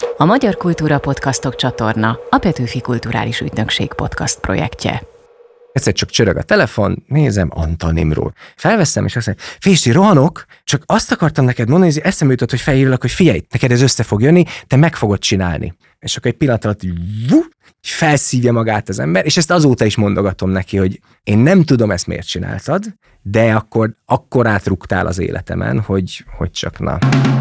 A Magyar Kultúra Podcastok csatorna a Petőfi Kulturális Ügynökség podcast projektje. Egyszer csak csörög a telefon, nézem, Antal Imre. Felveszem, és azt mondja, Fési, rohanok, csak azt akartam neked mondani, hogy eszembe jutott, hogy felhívlak, hogy figyelj, neked ez össze fog jönni, te meg fogod csinálni. És akkor egy pillanat alatt így felszívja magát az ember, és ezt azóta is mondogatom neki, hogy én nem tudom, ezt miért csináltad, de akkor átrúgtál az életemen, hogy csak na.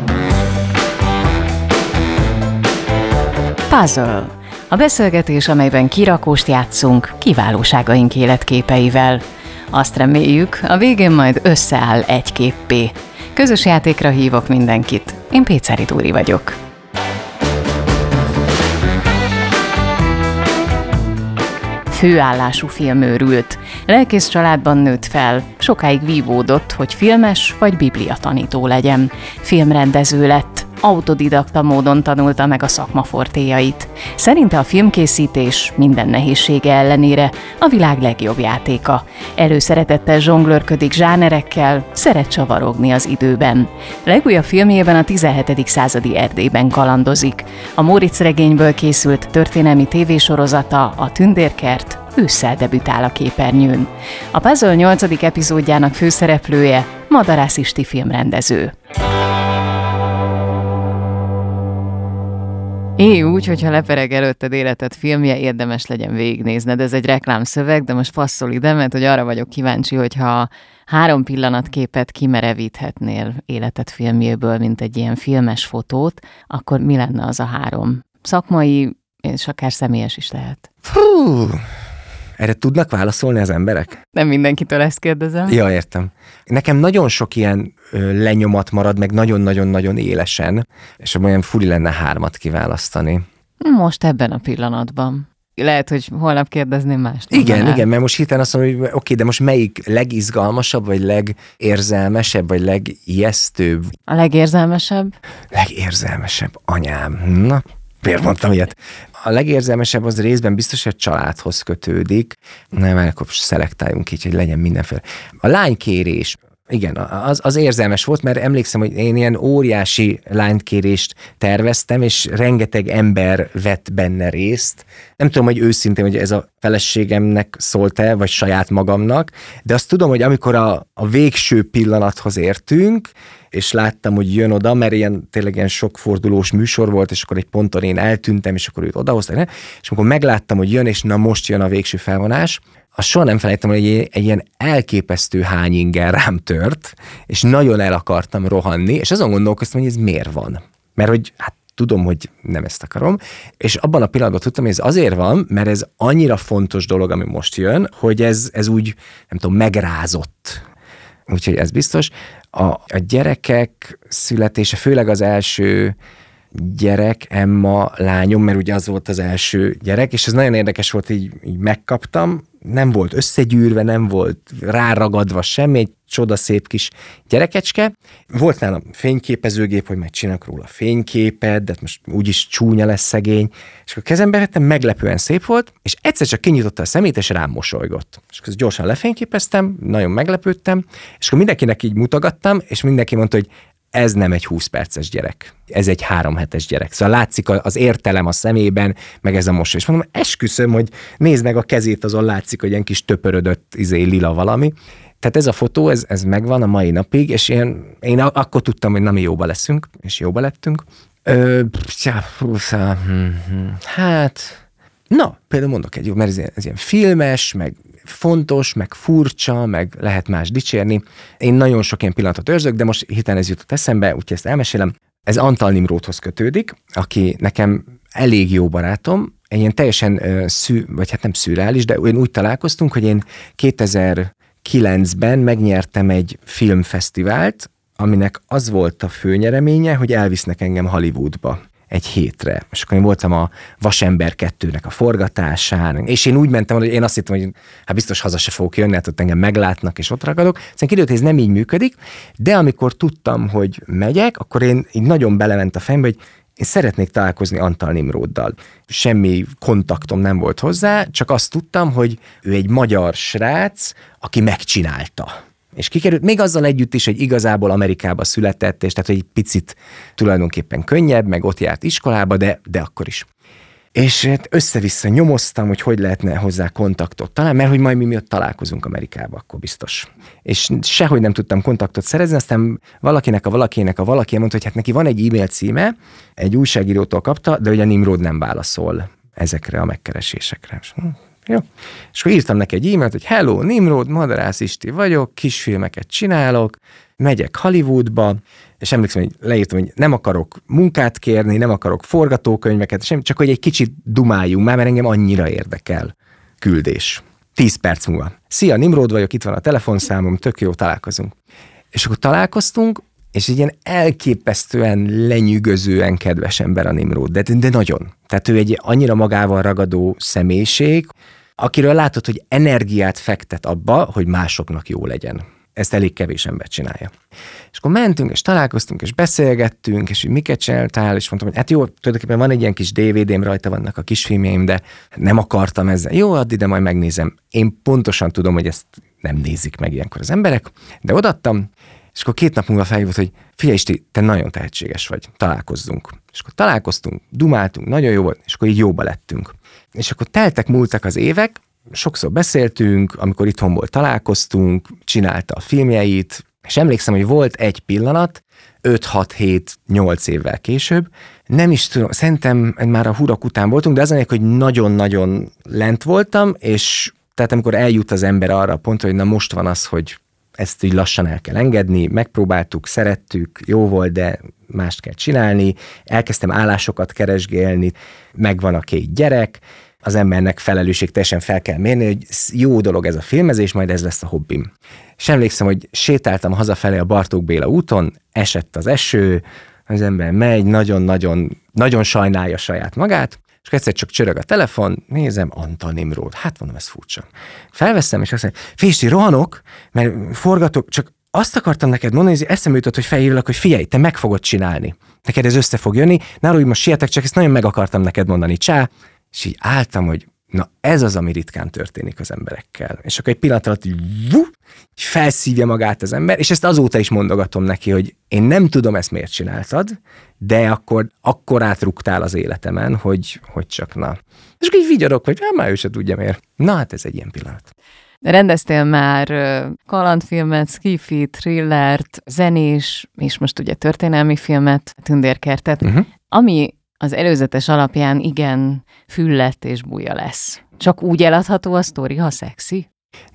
Puzzle. A beszélgetés, amelyben kirakóst játszunk kiválóságaink életképeivel. Azt reméljük, a végén majd összeáll egy képpé. Közös játékra hívok mindenkit. Én Péceri Dóri vagyok. Főállású filmőrült. Lelkész családban nőtt fel, sokáig vívódott, hogy filmes vagy bibliatanító legyen. Filmrendező lett, autodidakta módon tanulta meg a szakma fortéjait. Szerinte a filmkészítés minden nehézsége ellenére a világ legjobb játéka. Előszeretettel zsonglőrködik zsánerekkel, szeret csavarogni az időben. Legújabb filmjében a 17. századi Erdélyben kalandozik. A Móricz regényből készült történelmi tévésorozata, a Tündérkert, ősszel debütál a képernyőn. A Puzzle 8. epizódjának főszereplője Madarász Isti filmrendező. Úgy, hogyha lepereg előtted életed filmje, érdemes legyen végignézned. Ez egy reklámszöveg, de most passzol ide, mert hogy arra vagyok kíváncsi, hogyha 3 pillanatképet kimerevíthetnél életed filmjéből, mint egy ilyen filmes fotót, akkor mi lenne az a 3? Szakmai, és akár személyes is lehet. Erre tudnak válaszolni az emberek? Nem mindenkitől ezt kérdezem. Ja, értem. Nekem nagyon sok ilyen lenyomat marad, meg nagyon-nagyon-nagyon élesen, és olyan furi lenne 3 kiválasztani. Most ebben a pillanatban. Lehet, hogy holnap kérdezném mást. Igen, mert most hirtelen azt mondom, hogy oké, de most melyik legizgalmasabb, vagy legérzelmesebb, vagy legijesztőbb? A legérzelmesebb? Legérzelmesebb, anyám. Na, miért mondtam ilyet? A legérzelmesebb az részben biztos, hogy a családhoz kötődik. Nem, akkor szelektáljunk így, hogy legyen mindenféle. A lánykérés, igen, az érzelmes volt, mert emlékszem, hogy én ilyen óriási lánykérést terveztem, és rengeteg ember vett benne részt. Nem tudom, hogy őszintén, hogy ez a feleségemnek szólt-e, vagy saját magamnak, de azt tudom, hogy amikor a végső pillanathoz értünk, és láttam, hogy jön oda, mert tényleg ilyen sokfordulós műsor volt, és akkor egy ponton én eltűntem, és akkor őt odahozták, és amikor megláttam, hogy jön, és na most jön a végső felvonás, azt soha nem felejtem, hogy egy ilyen elképesztő hányinger rám tört, és nagyon el akartam rohanni, és azon gondolkoztam, hogy ez miért van. Mert hogy hát tudom, hogy nem ezt akarom, és abban a pillanatban tudtam, hogy ez azért van, mert ez annyira fontos dolog, ami most jön, hogy ez úgy, nem tudom, megrázott. Úgyhogy ez biztos. A gyerekek születése, főleg az első gyerek, Emma lányom, mert ugye az volt az első gyerek, és ez nagyon érdekes volt, így megkaptam, nem volt összegyűrve, nem volt ráragadva semmi, egy csodaszép kis gyerekecske. Volt nálam fényképezőgép, hogy megcsinálok róla fényképet, de most úgyis csúnya lesz szegény. És akkor kezembe vettem, meglepően szép volt, és egyszer csak kinyitotta a szemét, és rám mosolygott. És akkor gyorsan lefényképeztem, nagyon meglepődtem, és akkor mindenkinek így mutogattam, és mindenki mondta, hogy ez nem egy 20 perces gyerek, ez egy 3 hetes gyerek. Szóval látszik az értelem a szemében, meg ez a mosoly. És mondom, esküszöm, hogy nézd meg a kezét, azon látszik, hogy ilyen kis töpörödött lila valami. Tehát ez a fotó, ez megvan a mai napig, és én akkor tudtam, hogy na mi jóba leszünk, és jóba lettünk. Hát, na, például mondok egy jó, mert ez ilyen filmes, meg fontos, meg furcsa, meg lehet más dicsérni. Én nagyon sok ilyen pillanatot őrzök, de most hirtelen ez jutott eszembe, úgyhogy ezt elmesélem. Ez Antal Imróthoz kötődik, aki nekem elég jó barátom, egy ilyen teljesen vagy hát nem szürreális, de én úgy találkoztunk, hogy én 2009-ben megnyertem egy filmfesztivált, aminek az volt a főnyereménye, hogy elvisznek engem Hollywoodba egy hétre. És akkor én voltam a Vasember 2-nek a forgatásán, és én úgy mentem, hogy én azt hittem, hogy hát biztos haza se fogok jönni, hát ott engem meglátnak, és ott ragadok. Aztán kiderült, hogy ez nem így működik, de amikor tudtam, hogy megyek, akkor én így nagyon belement a fejembe, hogy én szeretnék találkozni Antal Imróddal. Semmi kontaktom nem volt hozzá, csak azt tudtam, hogy ő egy magyar srác, aki megcsinálta. És kikerült, még azzal együtt is, hogy igazából Amerikába született, és tehát, hogy egy picit tulajdonképpen könnyebb, meg ott járt iskolába, de akkor is. És össze-vissza nyomoztam, hogy lehetne hozzá kontaktot talán, mert hogy majd mi miatt találkozunk Amerikába, akkor biztos. És sehogy nem tudtam kontaktot szerezni, aztán valakinek a valaki mondta, hogy hát neki van egy e-mail címe, egy újságírótól kapta, de hogy a Nimrod nem válaszol ezekre a megkeresésekre. Jó. És akkor írtam neki egy e-mailt, hogy hello, Nimrod, Madarász Isti vagyok, kisfilmeket csinálok, megyek Hollywoodba, és emlékszem, hogy leírtam, hogy nem akarok munkát kérni, nem akarok forgatókönyveket, csak hogy egy kicsit dumáljunk már, mert engem annyira érdekel. Küldés. 10 perc múlva. Szia, Nimrod vagyok, itt van a telefonszámom, tök jó, találkozunk. És akkor találkoztunk, és egy ilyen elképesztően lenyűgözően kedves ember a Nimrod, de nagyon. Tehát ő egy annyira magával ragadó személyiség, akiről látod, hogy energiát fektet abba, hogy másoknak jó legyen. Ezt elég kevés ember csinálja. És akkor mentünk, és találkoztunk, és beszélgettünk, és hogy miket csináltál, és mondtam, hogy hát jó, tulajdonképpen van egy ilyen kis DVD-m, rajta vannak a kisfilmjeim, de nem akartam ezzel. Jó, add ide, majd megnézem. Én pontosan tudom, hogy ezt nem nézik meg ilyenkor az emberek, de odaadtam, és akkor 2 nap múlva felhívott, hogy figyelj Isti, te nagyon tehetséges vagy, találkozzunk. És akkor találkoztunk, dumáltunk, nagyon jó volt, és akkor így jóba lettünk. És akkor múltak az évek, sokszor beszéltünk, amikor itthon volt, találkoztunk, csinálta a filmjeit, és emlékszem, hogy volt egy pillanat, 5-6-7-8 évvel később, nem is tudom, szerintem már a Hurok után voltunk, de az anyag, hogy nagyon-nagyon lent voltam, és tehát amikor eljut az ember arra a pontra, hogy na most van az, hogy ezt így lassan el kell engedni, megpróbáltuk, szerettük, jó volt, de mást kell csinálni, elkezdtem állásokat keresgélni, megvan a 2 gyerek, az embernek felelősség teljesen fel kell mérni, hogy jó dolog ez a filmezés, majd ez lesz a hobbim. És emlékszem, hogy sétáltam hazafelé a Bartók Béla úton, esett az eső, az ember megy, nagyon sajnálja saját magát, és egyszer csak csörög a telefon, nézem, Antal Nimrod. Hát mondom, ez furcsa. Felveszem, és azt mondja, Fésti, rohanok, mert forgatok, csak azt akartam neked mondani, hogy eszembe jutott, hogy felhívlak, hogy figyelj, te meg fogod csinálni. Neked ez össze fog jönni, nálam, hogy most sietek, csak ezt nagyon meg akartam neked mondani, csá. És így álltam, hogy na ez az, ami ritkán történik az emberekkel. És akkor egy pillanat alatt így felszívja magát az ember, és ezt azóta is mondogatom neki, hogy én nem tudom, ezt miért csináltad, de akkor átrúgtál az életemen, hogy csak na. És akkor így vigyorok, hogy már ő se tudja miért. Na hát ez egy ilyen pillanat. Rendeztél már kalandfilmet, skifi, thrillert, zenés, és most ugye történelmi filmet, Tündérkertet, ami az előzetes alapján igen füllett és buja lesz. Csak úgy eladható a sztori, ha szexi?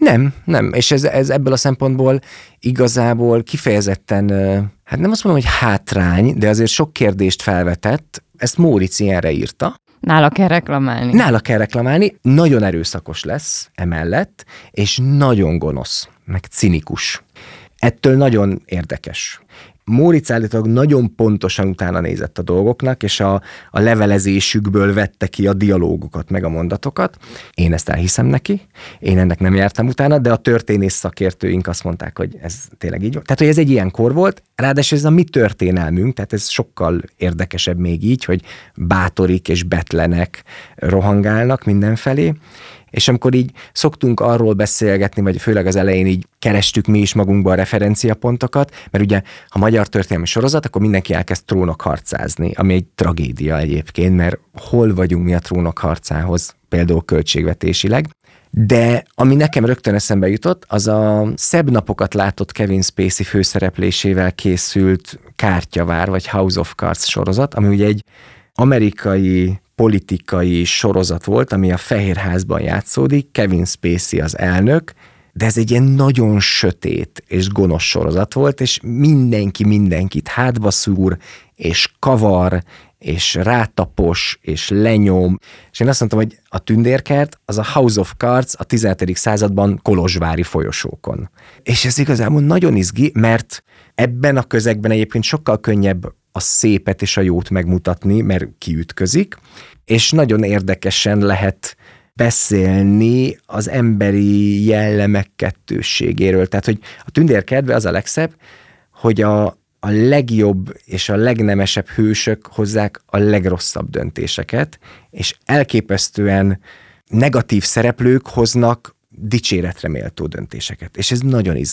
Nem. És ez ebből a szempontból igazából kifejezetten, hát nem azt mondom, hogy hátrány, de azért sok kérdést felvetett. Ezt Móricz ilyenre írta. Nála kell reklamálni. Nagyon erőszakos lesz emellett, és nagyon gonosz, meg cinikus. Ettől nagyon érdekes. Móricz állítólag nagyon pontosan utána nézett a dolgoknak, és a levelezésükből vette ki a dialógokat, meg a mondatokat. Én ezt elhiszem neki, én ennek nem jártam utána, de a történész szakértőink azt mondták, hogy ez tényleg így volt. Tehát, hogy ez egy ilyen kor volt, ráadásul ez a mi történelmünk, tehát ez sokkal érdekesebb még így, hogy bátorik és betlenek rohangálnak mindenfelé. És amikor így szoktunk arról beszélgetni, vagy főleg az elején így kerestük mi is magunkba a referenciapontokat, mert ugye, ha magyar történelmi sorozat, akkor mindenki elkezd Trónok harcázni, ami egy tragédia egyébként, mert hol vagyunk mi a Trónok harcához, például költségvetésileg. De ami nekem rögtön eszembe jutott, az a Szebb napokat látott Kevin Spacey főszereplésével készült Kártyavár, vagy House of Cards sorozat, ami ugye egy amerikai politikai sorozat volt, ami a Fehérházban játszódik, Kevin Spacey az elnök, de ez egy ilyen nagyon sötét és gonosz sorozat volt, és mindenki mindenkit hátba szúr, és kavar, és rátapos, és lenyom. És én azt mondtam, hogy a Tündérkert az a House of Cards a 17. században kolozsvári folyosókon. És ez igazából nagyon izgi, mert ebben a közegben egyébként sokkal könnyebb a szépet és a jót megmutatni, mert kiütközik, és nagyon érdekesen lehet beszélni az emberi jellemek kettősségéről. Tehát, hogy a Tündérkertben az a legszebb, hogy a legjobb és a legnemesebb hősök hozzák a legrosszabb döntéseket, és elképesztően negatív szereplők hoznak dicséretre méltó döntéseket. És ez nagyon izgi.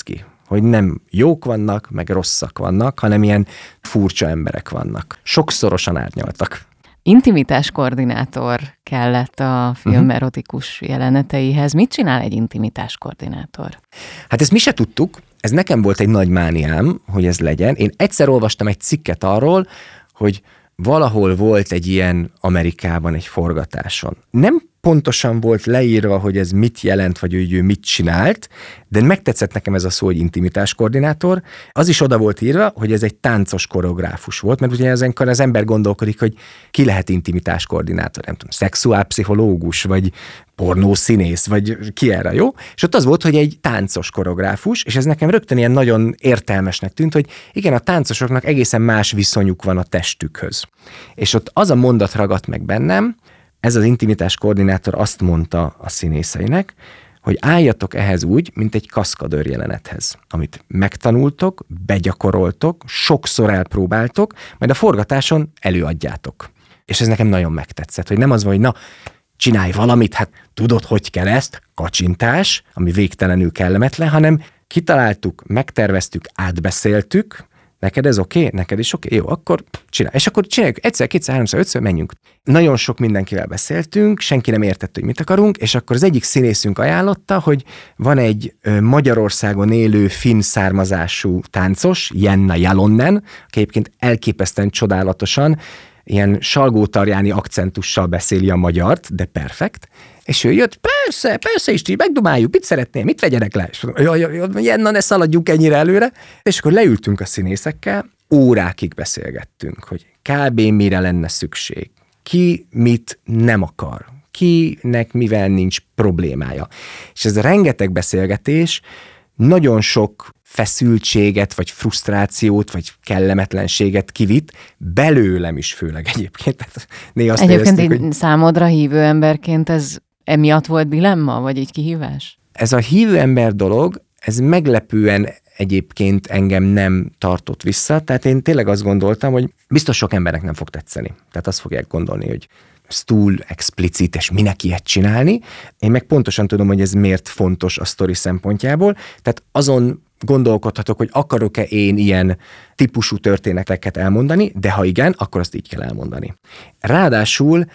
hogy nem jók vannak, meg rosszak vannak, hanem ilyen furcsa emberek vannak. Sokszorosan árnyaltak. Intimitás koordinátor kellett a film erotikus jeleneteihez. Mit csinál egy intimitás koordinátor? Hát ezt mi se tudtuk, ez nekem volt egy nagy mániám, hogy ez legyen. Én egyszer olvastam egy cikket arról, hogy valahol volt egy ilyen Amerikában egy forgatáson. Nem pontosan volt leírva, hogy ez mit jelent, vagy hogy ő mit csinált, de megtetszett nekem ez a szó, hogy intimitás koordinátor. Az is oda volt írva, hogy ez egy táncos koreográfus volt, mert ugye ezenkor az ember gondolkodik, hogy ki lehet intimitás koordinátor, nem tudom, szexuálpszichológus, vagy pornószínész, vagy ki erre, jó? És ott az volt, hogy egy táncos koreográfus, és ez nekem rögtön ilyen nagyon értelmesnek tűnt, hogy igen, a táncosoknak egészen más viszonyuk van a testükhöz. És ott az a mondat ragadt meg bennem, ez az intimitás koordinátor azt mondta a színészeinek, hogy álljatok ehhez úgy, mint egy kaszkadőr jelenethez, amit megtanultok, begyakoroltok, sokszor elpróbáltok, majd a forgatáson előadjátok. És ez nekem nagyon megtetszett, hogy nem az van, hogy na, csinálj valamit, hát tudod, hogy kell ezt, kacsintás, ami végtelenül kellemetlen, hanem kitaláltuk, megterveztük, átbeszéltük, neked ez oké? Neked is oké? Jó, akkor csinálj. És akkor csináljuk egyszer, kétszer, háromszor, ötször, menjünk. Nagyon sok mindenkivel beszéltünk, senki nem értett, hogy mit akarunk, és akkor az egyik színészünk ajánlotta, hogy van egy Magyarországon élő finn származású táncos, Jenna Jalonen, aki egyébként elképesztően csodálatosan, ilyen salgótarjáni akcentussal beszéli a magyart, de perfekt. És ő jött, persze, Isti, megdumáljuk, mit szeretnél, mit vegyenek le? És Jenna, ne szaladjunk ennyire előre. És akkor leültünk a színészekkel, órákig beszélgettünk, hogy kb. Mire lenne szükség, ki mit nem akar, kinek mivel nincs problémája. És ez a rengeteg beszélgetés nagyon sok feszültséget, vagy frusztrációt, vagy kellemetlenséget kivitt, belőlem is főleg egyébként. Egyébként hogy számodra hívő emberként ez emiatt volt dilemma, vagy egy kihívás? Ez a hívő ember dolog, ez meglepően egyébként engem nem tartott vissza, tehát én tényleg azt gondoltam, hogy biztos sok embernek nem fog tetszeni. Tehát azt fogják gondolni, hogy ez túl explicit, és minek ilyet csinálni. Én meg pontosan tudom, hogy ez miért fontos a sztori szempontjából, tehát azon gondolkodhatok, hogy akarok-e én ilyen típusú történeteket elmondani, de ha igen, akkor azt így kell elmondani. Ráadásul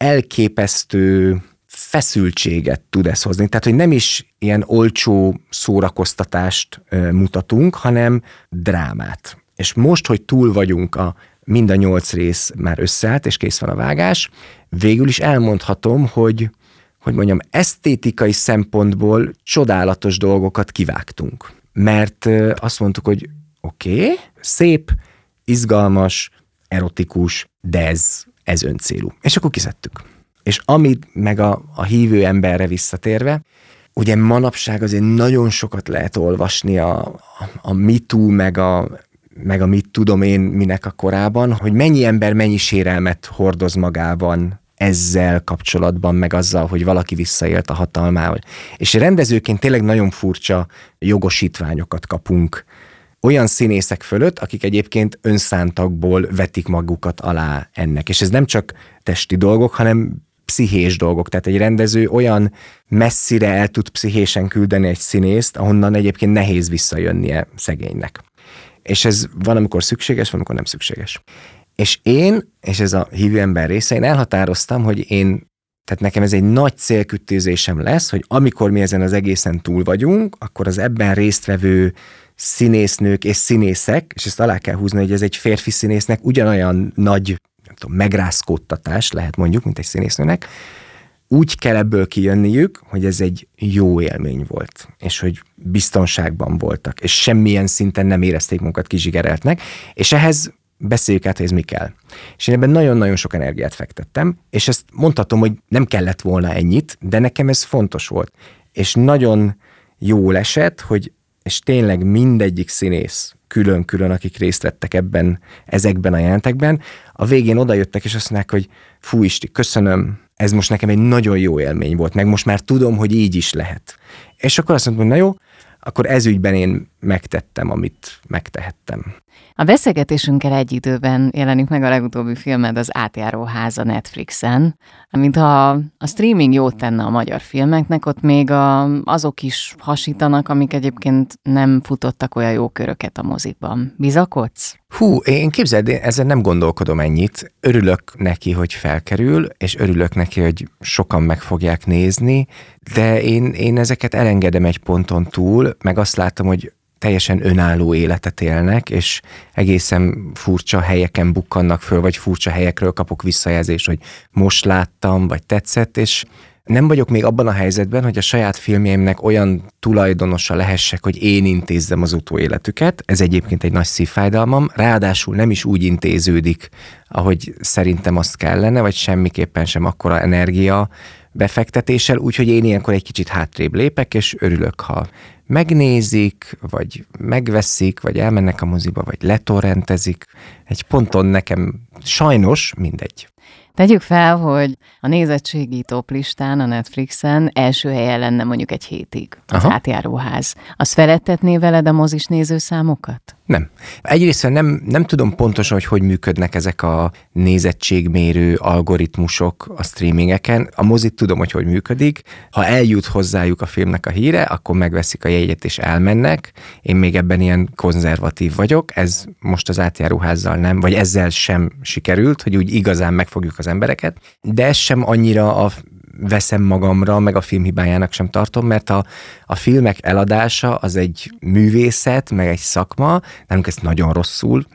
elképesztő feszültséget tud ez hozni, tehát hogy nem is ilyen olcsó szórakoztatást mutatunk, hanem drámát. És most, hogy túl vagyunk, mind a 8 rész már összeállt, és kész van a vágás, végül is elmondhatom, hogy mondjam, esztétikai szempontból csodálatos dolgokat kivágtunk. Mert azt mondtuk, hogy oké, szép, izgalmas, erotikus, de ez öncélú. És akkor kiszedtük. És amit meg a hívő emberre visszatérve, ugye manapság azért nagyon sokat lehet olvasni a MeToo, meg a mit tudom én minek a korában, hogy mennyi ember mennyi sérelmet hordoz magában ezzel kapcsolatban, meg azzal, hogy valaki visszaélt a hatalmával. És rendezőként tényleg nagyon furcsa jogosítványokat kapunk olyan színészek fölött, akik egyébként önszántakból vetik magukat alá ennek. És ez nem csak testi dolgok, hanem pszichés dolgok. Tehát egy rendező olyan messzire el tud pszichésen küldeni egy színészt, ahonnan egyébként nehéz visszajönnie szegénynek. És ez van, amikor szükséges, van, amikor nem szükséges. És és ez a hívő ember része, én elhatároztam, hogy tehát nekem ez egy nagy célkütőzésem lesz, hogy amikor mi ezen az egészen túl vagyunk, akkor az ebben résztvevő színésznők és színészek, és ezt alá kell húzni, hogy ez egy férfi színésznek ugyanolyan nagy, nem tudom, megrázkódtatás lehet mondjuk, mint egy színésznőnek, úgy kell ebből kijönniük, hogy ez egy jó élmény volt, és hogy biztonságban voltak, és semmilyen szinten nem érezték magukat kizsigereltnek, és ehhez beszéljük át, hogy ez mi kell. És én ebben nagyon-nagyon sok energiát fektettem, és ezt mondhatom, hogy nem kellett volna ennyit, de nekem ez fontos volt. És nagyon jól esett, és tényleg mindegyik színész külön-külön, akik részt vettek ezekben a jelentekben, a végén odajöttek, és azt mondják, hogy fú Isti, köszönöm, ez most nekem egy nagyon jó élmény volt, meg most már tudom, hogy így is lehet. És akkor azt mondtam, hogy na jó, akkor ez ügyben én megtettem, amit megtehettem. A beszélgetésünkkel egy időben jelenik meg a legutóbbi filmed, az Átjáró ház a Netflixen. Mintha a streaming jót tenne a magyar filmeknek, ott még azok is hasítanak, amik egyébként nem futottak olyan jó köröket a mozikban. Bizakodsz? Én képzeld, én ezzel nem gondolkodom ennyit. Örülök neki, hogy felkerül, és örülök neki, hogy sokan meg fogják nézni, de én ezeket elengedem egy ponton túl, meg azt látom, hogy teljesen önálló életet élnek, és egészen furcsa helyeken bukkannak föl, vagy furcsa helyekről kapok visszajelzést, hogy most láttam, vagy tetszett, és nem vagyok még abban a helyzetben, hogy a saját filmjeimnek olyan tulajdonosa lehessek, hogy én intézzem az utóéletüket. Ez egyébként egy nagy szívfájdalmam, ráadásul nem is úgy intéződik, ahogy szerintem azt kellene, vagy semmiképpen sem akkora energia befektetéssel, úgyhogy én ilyenkor egy kicsit hátrébb lépek, és örülök, ha megnézik, vagy megveszik, vagy elmennek a moziba, vagy letorrentezik. Egy ponton nekem sajnos mindegy. Tegyük fel, hogy a nézettségi toplistán a Netflixen első helyen lenne mondjuk egy hétig az Átjáróház. Az feledtetné veled a mozis nézőszámokat? Nem. Egyrészt nem tudom pontosan, hogy működnek ezek a nézettségmérő algoritmusok a streamingeken. A mozit tudom, hogy működik. Ha eljut hozzájuk a filmnek a híre, akkor megveszik a jegyet és elmennek. Én még ebben ilyen konzervatív vagyok. Ez most az Átjáróházzal nem, vagy ezzel sem sikerült, hogy úgy igazán megfogjuk az embereket. De ez sem annyira veszem magamra, meg a film hibájának sem tartom, mert a filmek eladása az egy művészet, meg egy szakma, nálunk ezt nagyon rosszul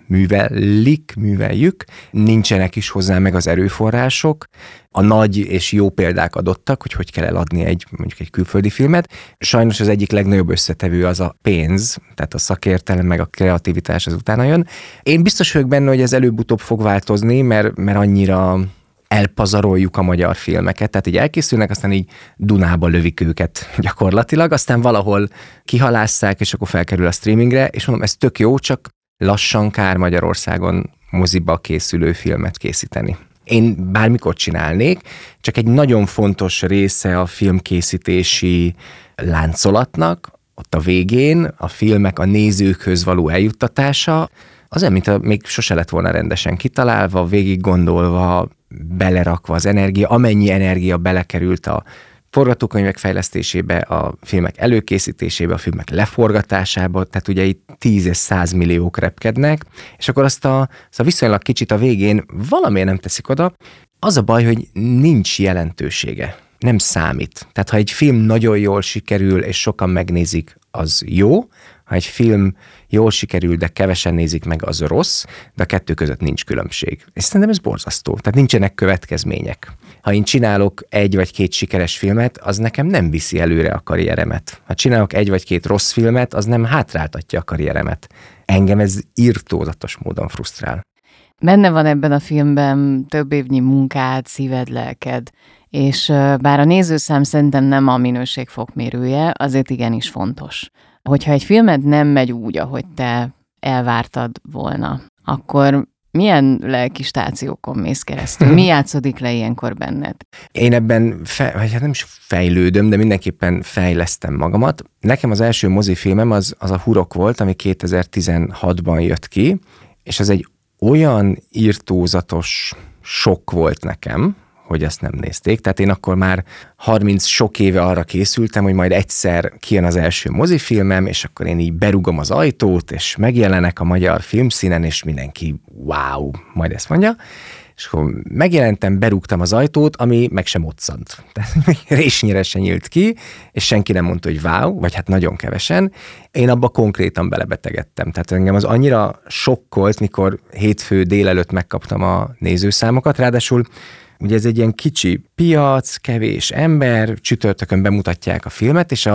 műveljük, nincsenek is hozzá meg az erőforrások, a nagy és jó példák adottak, hogy kell eladni mondjuk egy külföldi filmet. Sajnos az egyik legnagyobb összetevő az a pénz, tehát a szakértelem, meg a kreativitás az utána jön. Én biztos vagyok benne, hogy ez előbb-utóbb fog változni, mert annyira elpazaroljuk a magyar filmeket, tehát így elkészülnek, aztán így Dunába lövik őket gyakorlatilag, aztán valahol kihalásszák, és akkor felkerül a streamingre, és mondom, ez tök jó, csak lassan kár Magyarországon moziba készülő filmet készíteni. Én bármikor csinálnék, csak egy nagyon fontos része a filmkészítési láncolatnak, ott a végén a filmek a nézőkhöz való eljuttatása, az olyan, mint még sose lett volna rendesen kitalálva, végig gondolva, belerakva az energia, amennyi energia belekerült a forgatókönyvek fejlesztésébe, a filmek előkészítésébe, a filmek leforgatásába, tehát ugye itt 10 és 100 milliók repkednek, és akkor azt a viszonylag kicsit a végén valamiért nem teszik oda. Az a baj, hogy nincs jelentősége, nem számít. Tehát ha egy film nagyon jól sikerül, és sokan megnézik, az jó, ha egy film jól sikerül, de kevesen nézik meg, az rossz, de a kettő között nincs különbség. És szerintem ez borzasztó. Tehát nincsenek következmények. Ha én csinálok 1 vagy 2 sikeres filmet, az nekem nem viszi előre a karrieremet. Ha csinálok 1 vagy 2 rossz filmet, az nem hátráltatja a karrieremet. Engem ez irtózatos módon frusztrál. Benne van ebben a filmben több évnyi munkád, szíved, lelked, és bár a nézőszám szerintem nem a minőség fokmérője, azért igenis fontos. Hogyha egy filmed nem megy úgy, ahogy te elvártad volna, akkor milyen lelki stációkon mész keresztül? Mi játszódik le ilyenkor benned? Én ebben, nem is fejlődöm, de mindenképpen fejlesztem magamat. Nekem az első mozifilmem az a Hurok volt, ami 2016-ban jött ki, és az egy olyan irtózatos sok volt nekem, hogy ezt nem nézték. Tehát én akkor már 30 sok éve arra készültem, hogy majd egyszer kijön az első mozifilmem, és akkor én így berugom az ajtót, és megjelenek a magyar filmszínen, és mindenki wow, majd ezt mondja. És akkor megjelentem, berúgtam az ajtót, ami meg sem moccant. Tehát résnyire se nyílt ki, és senki nem mondta, hogy wow, vagy hát nagyon kevesen. Én abba konkrétan belebetegedtem. Tehát engem az annyira sokkolt, mikor hétfő délelőtt megkaptam a nézőszámokat, ráadásul ugye ez egy ilyen kicsi piac, kevés ember, csütörtökön bemutatják a filmet, és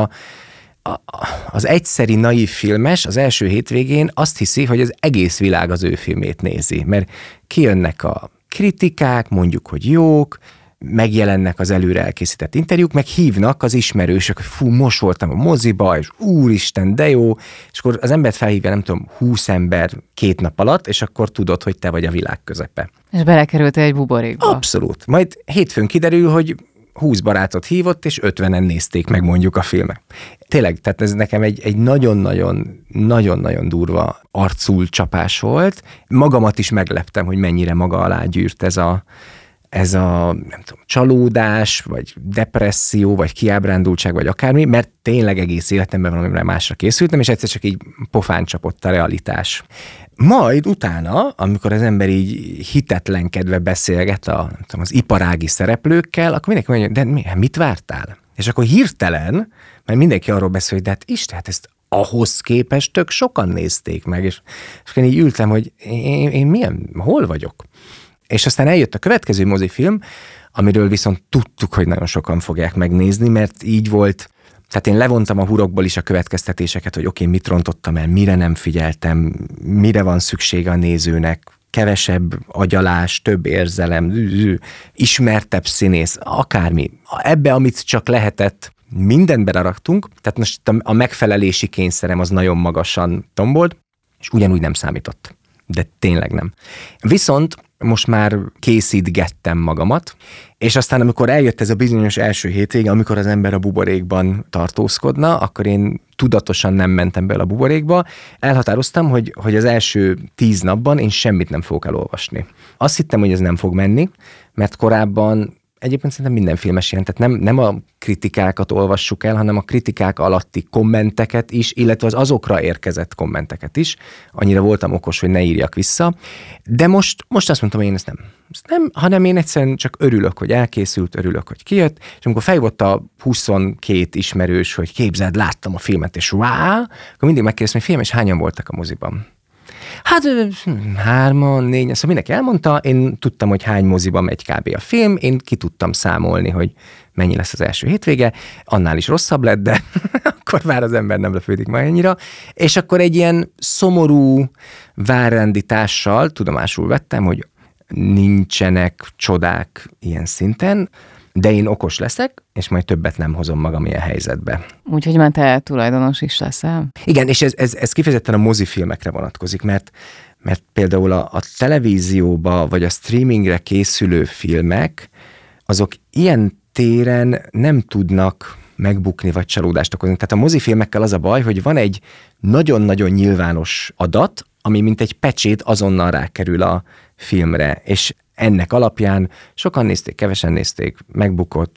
az egyszeri naív filmes az első hétvégén azt hiszi, hogy az egész világ az ő filmét nézi, mert kijönnek a kritikák, mondjuk, hogy jók, megjelennek az előre elkészített interjúk, meg hívnak az ismerősök, hogy fú, most voltam a moziba, és úristen, de jó, és akkor az embert felhívja, nem tudom, 20 ember 2 nap alatt, és akkor tudod, hogy te vagy a világ közepe. És belekerültél egy buborékba. Abszolút. Majd hétfőn kiderül, hogy 20 barátot hívott, és 50-en nézték meg mondjuk a filmet. Tényleg, tehát ez nekem egy nagyon-nagyon durva arcul csapás volt. Magamat is megleptem, hogy mennyire maga alá gyűrt ez a nem tudom, csalódás, vagy depresszió, vagy kiábrándultság, vagy akármi, mert tényleg egész életemben valamire másra készültem, és egyszer csak így pofán csapott a realitás. Majd utána, amikor az ember így hitetlenkedve beszélget az iparági szereplőkkel, akkor mindenki mondja, de mit vártál? És akkor hirtelen, mert mindenki arról beszél, hogy de hát Isten, hát ezt ahhoz képest tök sokan nézték meg, és én így ültem, hogy én hol vagyok? És aztán eljött a következő mozifilm, amiről viszont tudtuk, hogy nagyon sokan fogják megnézni, mert így volt, tehát én levontam a hurokból is a következtetéseket, hogy oké, mit rontottam el, mire nem figyeltem, mire van szüksége a nézőnek, kevesebb agyalás, több érzelem, ismertebb színész, akármi. Ebbe, amit csak lehetett, mindent beleraktunk, tehát most a megfelelési kényszerem az nagyon magasan tombolt, és ugyanúgy nem számított. De tényleg nem. Viszont most már készítgettem magamat, és aztán amikor eljött ez a bizonyos első hétvége, amikor az ember a buborékban tartózkodna, akkor én tudatosan nem mentem bele a buborékba, elhatároztam, hogy az első 10 napban én semmit nem fogok elolvasni. Azt hittem, hogy ez nem fog menni, mert korábban egyébként szerintem minden filmes ilyen, tehát nem a kritikákat olvassuk el, hanem a kritikák alatti kommenteket is, illetve az azokra érkezett kommenteket is. Annyira voltam okos, hogy ne írjak vissza. De most azt mondtam, hogy én ezt nem, hanem én egyszerűen csak örülök, hogy elkészült, örülök, hogy kijött, és amikor feljött a 22 ismerős, hogy képzeld, láttam a filmet, és wow, akkor mindig megkérdeztem, hogy film, és hányan voltak a moziban? Hát 3, 4, szóval mindenki elmondta, én tudtam, hogy hány moziban megy kb. A film, én ki tudtam számolni, hogy mennyi lesz az első hétvége, annál is rosszabb lett, de akkor már az ember nem lepődik majd annyira, és akkor egy ilyen szomorú várrendítással tudomásul vettem, hogy nincsenek csodák ilyen szinten, de én okos leszek, és majd többet nem hozom magam ilyen helyzetbe. Úgyhogy már te tulajdonos is leszel? Igen, és ez kifejezetten a mozifilmekre vonatkozik, mert például a televízióba vagy a streamingre készülő filmek, azok ilyen téren nem tudnak megbukni vagy csalódást okozni. Tehát a mozifilmekkel az a baj, hogy van egy nagyon-nagyon nyilvános adat, ami mint egy pecsét azonnal rákerül a filmre, és ennek alapján sokan nézték, kevesen nézték, megbukott.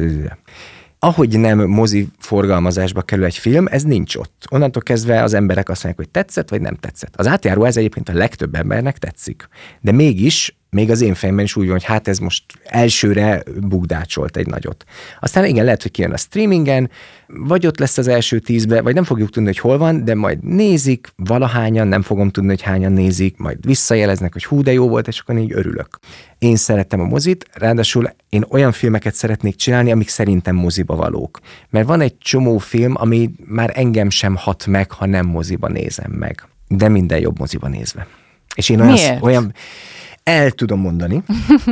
Ahogy nem mozi forgalmazásba kerül egy film, ez nincs ott. Onnantól kezdve az emberek azt mondják, hogy tetszett, vagy nem tetszett. Az átjáró ez egyébként a legtöbb embernek tetszik. De mégis, még az én fejemben is úgy van, hogy hát ez most elsőre bukdácsolt egy nagyot. Aztán igen, lehet, hogy kijön a streamingen, vagy ott lesz az első 10-be, vagy nem fogjuk tudni, hogy hol van, de majd nézik valahányan, nem fogom tudni, hogy hányan nézik, majd visszajeleznek, hogy hú, de jó volt, és akkor így örülök. Én szeretem a mozit, ráadásul én olyan filmeket szeretnék csinálni, amik szerintem moziba valók. Mert van egy csomó film, ami már engem sem hat meg, ha nem moziba nézem meg. De minden jobb moziba nézve. És én olyan el tudom mondani,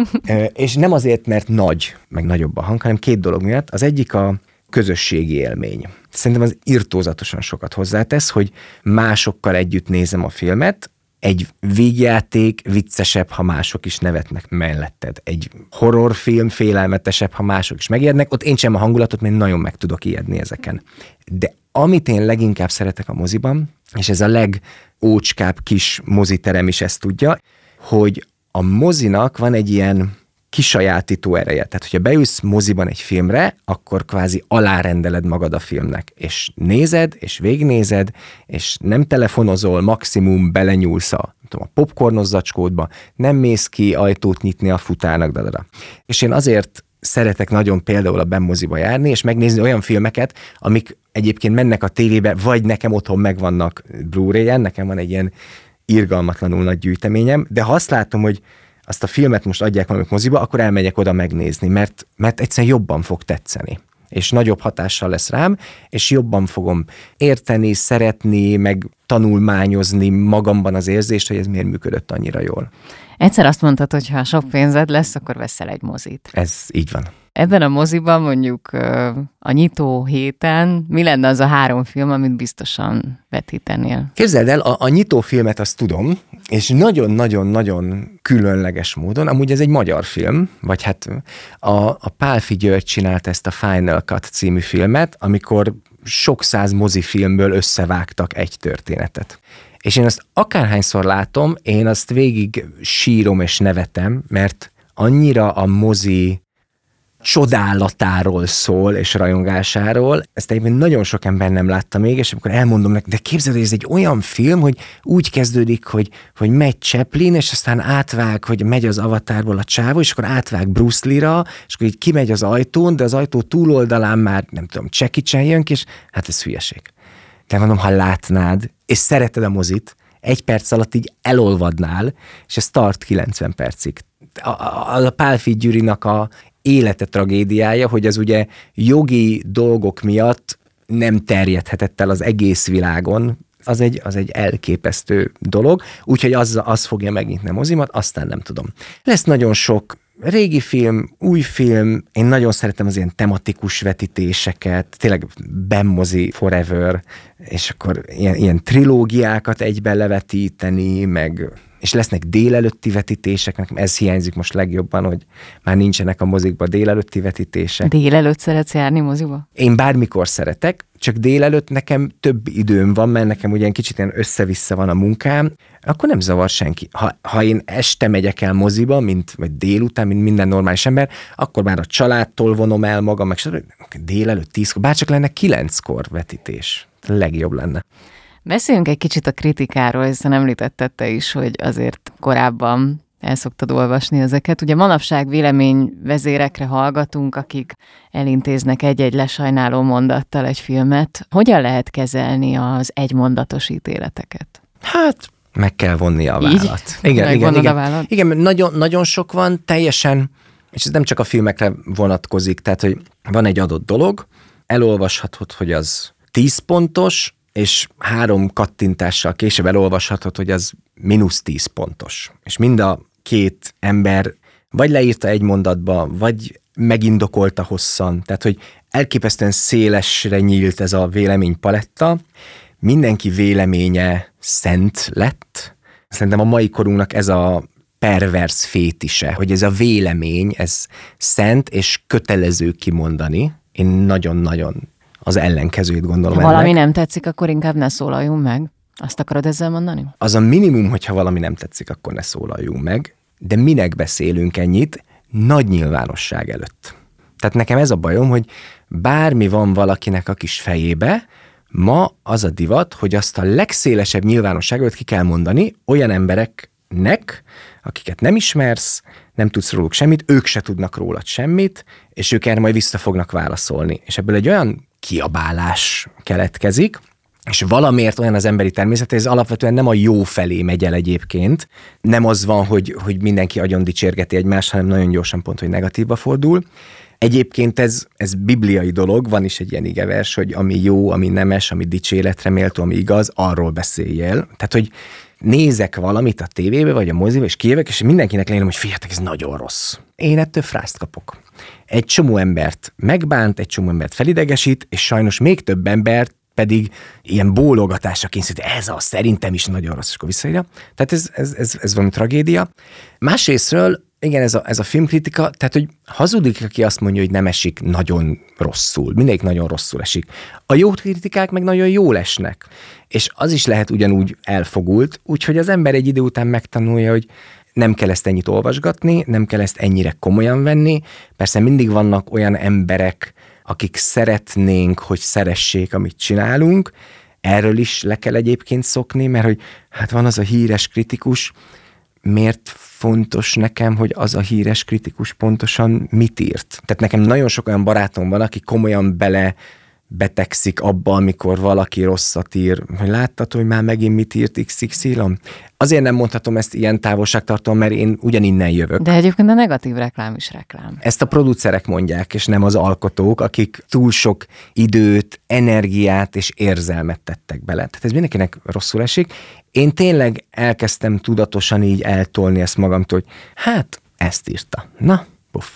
és nem azért, mert nagy, meg nagyobb a hang, hanem 2 dolog miatt. Az egyik a közösségi élmény. Szerintem az irtózatosan sokat hozzátesz, hogy másokkal együtt nézem a filmet, egy vígjáték viccesebb, ha mások is nevetnek melletted. Egy horrorfilm félelmetesebb, ha mások is megijednek. Ott én sem a hangulatot, mert nagyon meg tudok ijedni ezeken. De amit én leginkább szeretek a moziban, és ez a legócskább kis moziterem is ezt tudja, hogy a mozinak van egy ilyen kisajátító ereje. Tehát, hogyha beülsz moziban egy filmre, akkor kvázi alárendeled magad a filmnek. És nézed, és végignézed, és nem telefonozol, maximum belenyúlsz a popcornos zacskódba, nem mész ki ajtót nyitni a futárnak, És én azért szeretek nagyon például a benmoziba járni, és megnézni olyan filmeket, amik egyébként mennek a tévébe, vagy nekem otthon megvannak Blu-ray-en, nekem van egy ilyen irgalmatlanul nagy gyűjteményem, de ha azt látom, hogy azt a filmet most adják valamelyik moziba, akkor elmegyek oda megnézni, mert egyszerűen jobban fog tetszeni. És nagyobb hatással lesz rám, és jobban fogom érteni, szeretni, meg tanulmányozni magamban az érzést, hogy ez miért működött annyira jól. Egyszer azt mondtad, hogy ha sok pénzed lesz, akkor veszel egy mozit. Ez így van. Ebben a moziban mondjuk a nyitó héten mi lenne az a 3 film, amit biztosan vetítenél? Képzeld el, a nyitó filmet azt tudom, és nagyon-nagyon-nagyon különleges módon, amúgy ez egy magyar film, vagy hát a Pálffy György csinált ezt a Final Cut című filmet, amikor sok száz mozifilmből összevágtak egy történetet. És én azt akárhányszor látom, én azt végig sírom és nevetem, mert annyira a mozi csodálatáról szól, és rajongásáról. Ezt egyébként nagyon sok ember nem látta még, és amikor elmondom neki, de képzeld, hogy ez egy olyan film, hogy úgy kezdődik, hogy megy Chaplin, és aztán átvág, hogy megy az Avatarból a csávó, és akkor átvág Bruce Lee-ra, és akkor így kimegy az ajtón, de az ajtó túloldalán már, nem tudom, Jackie Chan jön ki, és hát ez hülyeség. De mondom, ha látnád, és szereted a mozit, 1 perc alatt így elolvadnál, és ez tart 90 percig. A Pálffy Gyurinak a élete tragédiája, hogy az ugye jogi dolgok miatt nem terjedhetett el az egész világon, az egy elképesztő dolog, úgyhogy az fogja megnyitni a mozimat, aztán nem tudom. Lesz nagyon sok régi film, új film, én nagyon szeretem az ilyen tematikus vetítéseket, tényleg Bemmozi Forever, és akkor ilyen trilógiákat egyben levetíteni, meg és lesznek délelőtti vetítések, nekem ez hiányzik most legjobban, hogy már nincsenek a mozikban délelőtti vetítések. Délelőtt szeretsz járni moziba? Én bármikor szeretek, csak délelőtt nekem több időm van, mert nekem ugye kicsit ilyen össze-vissza van a munkám, akkor nem zavar senki. Ha én este megyek el moziba, vagy délután, mint minden normális ember, akkor már a családtól vonom el magam, meg délelőtt 10-kor, bárcsak lenne 9-kor vetítés. Legjobb lenne. Beszéljünk egy kicsit a kritikáról, hiszen említetted te is, hogy azért korábban el szoktad olvasni ezeket. Ugye manapság véleményvezérekre hallgatunk, akik elintéznek egy-egy lesajnáló mondattal egy filmet. Hogyan lehet kezelni az egymondatos ítéleteket? Hát, meg kell vonni a vállat. Igen. A vállat? Igen, nagyon sok van, teljesen, és ez nem csak a filmekre vonatkozik, tehát, hogy van egy adott dolog, elolvashatod, hogy az 10 pontos, és 3 kattintással később elolvashatod, hogy az -10 pontos. És mind a 2 ember vagy leírta egy mondatba, vagy megindokolta hosszan. Tehát, hogy elképesztően szélesre nyílt ez a véleménypaletta. Mindenki véleménye szent lett. Szerintem a mai korunknak ez a pervers fétise, hogy ez a vélemény, ez szent és kötelező kimondani. Én nagyon-nagyon az ellenkezőjét gondolom. Ha valami nem tetszik, akkor inkább ne szólaljunk meg. Azt akarod ezzel mondani? Az a minimum, hogyha valami nem tetszik, akkor ne szólaljunk meg, de minek beszélünk ennyit nagy nyilvánosság előtt. Tehát nekem ez a bajom, hogy bármi van valakinek a kis fejébe, ma az a divat, hogy azt a legszélesebb nyilvánosság előtt ki kell mondani olyan embereknek, akiket nem ismersz, nem tudsz róluk semmit, ők se tudnak rólad semmit, és ők erre majd vissza fognak válaszolni. És ebből egy olyan kiabálás keletkezik, és valamiért olyan az emberi természet, ez alapvetően nem a jó felé megy el egyébként, nem az van, hogy mindenki agyon dicsérgeti egymást, hanem nagyon gyorsan pont, hogy negatívba fordul. Egyébként ez bibliai dolog, van is egy ilyen igevers, hogy ami jó, ami nemes, ami dicséretre méltó, ami igaz, arról beszéljél. Tehát, hogy nézek valamit a tévébe, vagy a moziba, és kijövök, és mindenkinek leírom, hogy figyeljetek, ez nagyon rossz. Én ettől frászt kapok. Egy csomó embert megbánt, egy csomó embert felidegesít, és sajnos még több embert pedig ilyen bólogatásra kényszerít, szerintem is nagyon rossz, és akkor visszaírja. Tehát ez valami tragédia. Másrésztről, igen, ez a filmkritika, tehát, hogy hazudik, aki azt mondja, hogy nem esik nagyon rosszul. Mindegyik nagyon rosszul esik. A jó kritikák meg nagyon jól esnek. És az is lehet ugyanúgy elfogult, úgyhogy az ember egy idő után megtanulja, hogy nem kell ezt ennyit olvasgatni, nem kell ezt ennyire komolyan venni. Persze mindig vannak olyan emberek, akik szeretnénk, hogy szeressék, amit csinálunk. Erről is le kell egyébként szokni, mert hogy hát van az a híres kritikus, miért fontos nekem, hogy az a híres kritikus pontosan mit írt. Tehát nekem nagyon sok olyan barátom van, aki komolyan betegszik abba, amikor valaki rosszat ír, hogy láttad, hogy már megint mit írt XY? Azért nem mondhatom ezt ilyen távolságtartóan, mert én ugyaninnen jövök. De egyébként a negatív reklám is reklám. Ezt a producerek mondják, és nem az alkotók, akik túl sok időt, energiát és érzelmet tettek bele. Tehát ez mindenkinek rosszul esik. Én tényleg elkezdtem tudatosan így eltolni ezt magamtól, hogy hát ezt írta. Na, puff.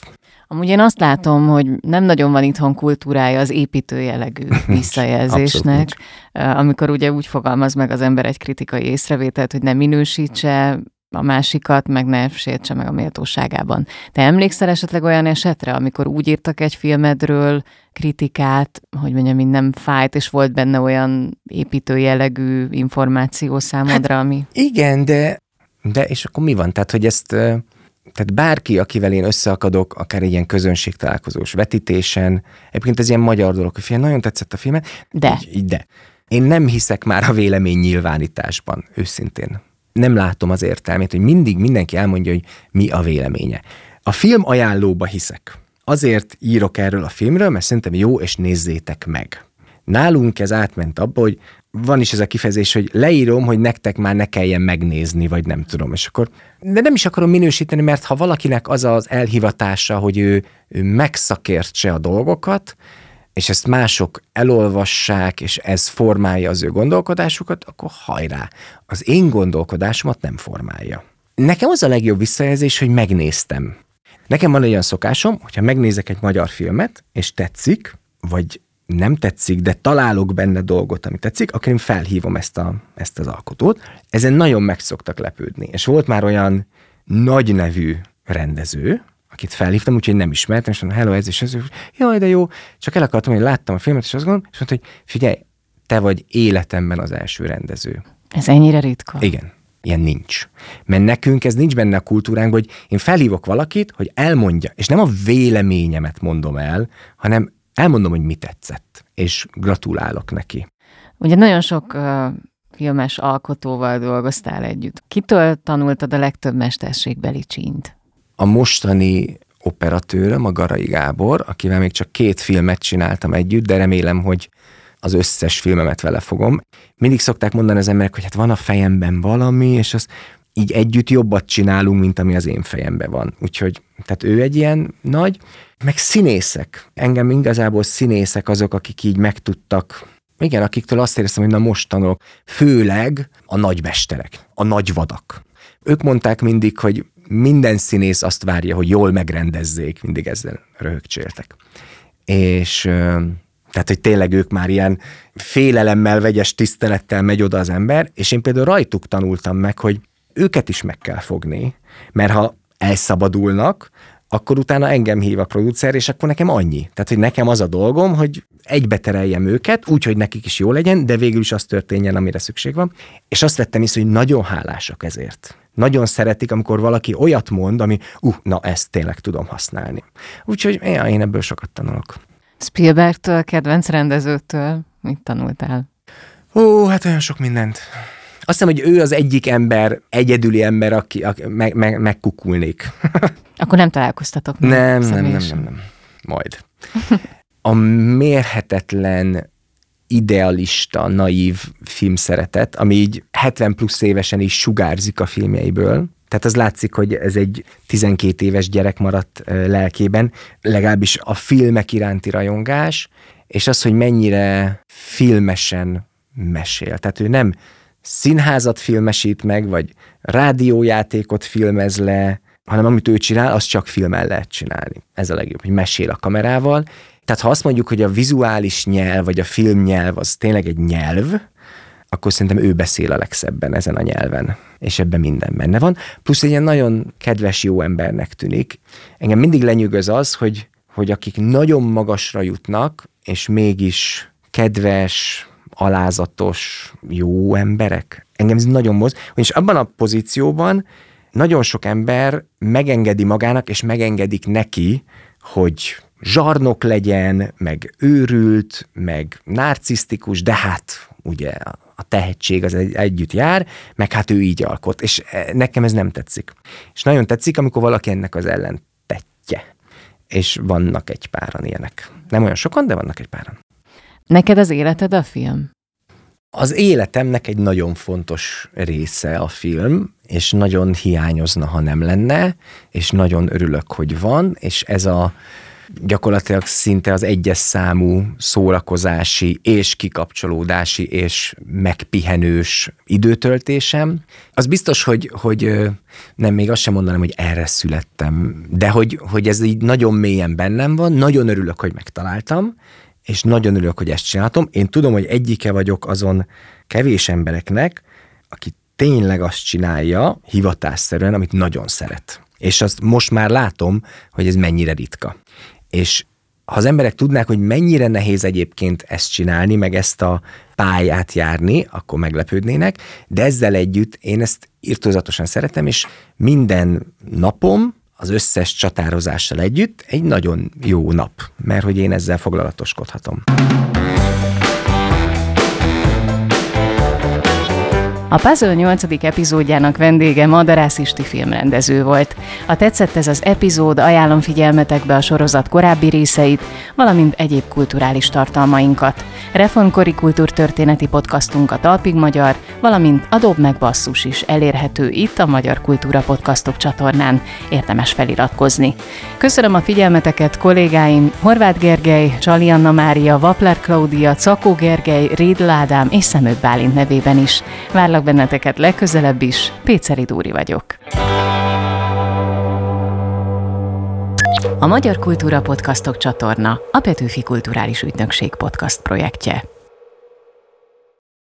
Amúgy én azt látom, hogy nem nagyon van itthon kultúrája az építő jellegű visszajelzésnek, amikor ugye úgy fogalmaz meg az ember egy kritikai észrevételt, hogy ne minősítse a másikat, meg ne sértse meg a méltóságában. Te emlékszel esetleg olyan esetre, amikor úgy írtak egy filmedről kritikát, hogy mondjam, nem fájt, és volt benne olyan építő jellegű információ számodra, ami... Igen, de és akkor mi van? Tehát, hogy ezt... Tehát bárki, akivel én összeakadok, akár egy ilyen közönségtalálkozós vetítésen, egyébként ez ilyen magyar dolog, hogy nagyon tetszett a filmet. De. De. Én nem hiszek már a vélemény nyilvánításban, őszintén. Nem látom az értelmét, hogy mindig mindenki elmondja, hogy mi a véleménye. A film ajánlóba hiszek. Azért írok erről a filmről, mert szerintem jó, és nézzétek meg. Nálunk ez átment abba, hogy van is ez a kifejezés, hogy leírom, hogy nektek már ne kelljen megnézni, vagy nem tudom, és akkor... De nem is akarom minősíteni, mert ha valakinek az az elhivatása, hogy ő megszakértse a dolgokat, és ezt mások elolvassák, és ez formálja az ő gondolkodásukat, akkor hajrá. Az én gondolkodásomat nem formálja. Nekem az a legjobb visszajelzés, hogy megnéztem. Nekem van olyan szokásom, hogyha megnézek egy magyar filmet, és tetszik, vagy nem tetszik, de találok benne dolgot, ami tetszik, akkor én felhívom ezt az alkotót. Ezen nagyon meg szoktak lepődni. És volt már olyan nagy nevű rendező, akit felhívtam, úgyhogy nem ismertem, és mondom, hello, ez és ez, jaj, de jó, csak el akartam, hogy láttam a filmet, és azt gondolom, és mondta, hogy figyelj, te vagy életemben az első rendező. Ez ennyire ritka? Igen. Ilyen nincs. Mert nekünk ez nincs benne a kultúránkban, hogy én felhívok valakit, hogy elmondja, és nem a véleményemet mondom el, hanem elmondom, hogy mi tetszett, és gratulálok neki. Ugye nagyon sok filmes alkotóval dolgoztál együtt. Kitől tanultad a legtöbb mesterségbeli csínyt? A mostani operatőröm, a Garai Gábor, akivel még csak 2 filmet csináltam együtt, de remélem, hogy az összes filmemet vele fogom. Mindig szokták mondani az emberek, hogy hát van a fejemben valami, és az így együtt jobbat csinálunk, mint ami az én fejemben van. Úgyhogy, tehát ő egy ilyen nagy, meg színészek. Engem igazából színészek azok, akik így megtudtak, igen, akiktől azt éreztem, hogy na most tanulok, főleg a nagymesterek, a nagyvadak. Ők mondták mindig, hogy minden színész azt várja, hogy jól megrendezzék, mindig ezzel röhögcséltek. És tehát, hogy tényleg ők már ilyen félelemmel, vegyes tisztelettel megy oda az ember, és én például rajtuk tanultam meg, hogy őket is meg kell fogni, mert ha elszabadulnak, akkor utána engem hív a producer, és akkor nekem annyi. Tehát, hogy nekem az a dolgom, hogy egybetereljem őket, úgy, hogy nekik is jó legyen, de végül is az történjen, amire szükség van. És azt vettem észre, hogy nagyon hálásak ezért. Nagyon szeretik, amikor valaki olyat mond, ami, na ezt tényleg tudom használni. Úgyhogy én ebből sokat tanulok. Spielbergtől, kedvenc rendezőtől mit tanultál? Hát olyan sok mindent. Azt hiszem, hogy ő az egyik ember, egyedüli ember, aki megkukulnék. Akkor nem találkoztatok meg? Nem. Majd. A mérhetetlen, idealista, naív filmszeretet, ami így 70 plusz évesen is sugárzik a filmjeiből. Tehát az látszik, hogy ez egy 12 éves gyerek maradt lelkében, legalábbis a filmek iránti rajongás, és az, hogy mennyire filmesen mesél. Tehát ő nem színházat filmesít meg, vagy rádiójátékot filmez le, hanem amit ő csinál, azt csak filmmel lehet csinálni. Ez a legjobb, hogy mesél a kamerával. Tehát ha azt mondjuk, hogy a vizuális nyelv, vagy a filmnyelv az tényleg egy nyelv, akkor szerintem ő beszél a legszebben ezen a nyelven, és ebben minden benne van. Plusz egy ilyen nagyon kedves, jó embernek tűnik. Engem mindig lenyűgöz az, hogy akik nagyon magasra jutnak, és mégis kedves, alázatos, jó emberek. Engem ez nagyon moz. És abban a pozícióban nagyon sok ember megengedi magának, és megengedik neki, hogy zsarnok legyen, meg őrült, meg narcisztikus, de hát ugye a tehetség az együtt jár, meg hát ő így alkot, és nekem ez nem tetszik. És nagyon tetszik, amikor valaki ennek az ellentetje. És vannak egy páran ilyenek. Nem olyan sokan, de vannak egy páran. Neked az életed a film? Az életemnek egy nagyon fontos része a film, és nagyon hiányozna, ha nem lenne, és nagyon örülök, hogy van, és ez a gyakorlatilag szinte az egyes számú szórakozási és kikapcsolódási és megpihenős időtöltésem. Az biztos, hogy nem, még azt sem mondanám, hogy erre születtem, de hogy ez így nagyon mélyen bennem van, nagyon örülök, hogy megtaláltam, és nagyon örülök, hogy ezt csináltam. Én tudom, hogy egyike vagyok azon kevés embereknek, aki tényleg azt csinálja hivatásszerűen, amit nagyon szeret. És azt most már látom, hogy ez mennyire ritka. És ha az emberek tudnák, hogy mennyire nehéz egyébként ezt csinálni, meg ezt a pályát járni, akkor meglepődnének, de ezzel együtt én ezt irtózatosan szeretem, és minden napom az összes csatározással együtt egy nagyon jó nap, mert hogy én ezzel foglalatoskodhatom. A Puzzle 8. epizódjának vendége Madarász Isti filmrendező volt. Ha tetszett ez az epizód, ajánlom figyelmetekbe a sorozat korábbi részeit, valamint egyéb kulturális tartalmainkat. Reformkori kultúrtörténeti podcastunk a Talpig Magyar, valamint a Dob meg Basszus is elérhető itt a Magyar Kultúra Podcastok csatornán. Érdemes feliratkozni. Köszönöm a figyelmeteket kollégáim Horváth Gergely, Csali Anna Mária, Vapler Klaudia, Cakó Gergely, Rédl Ádám és Szemők Bálint nevében is. Várlak benneteket legközelebb is, Péceli Dóri vagyok. A Magyar Kultúra Podcastok csatorna a Petőfi Kulturális Ügynökség podcast projektje.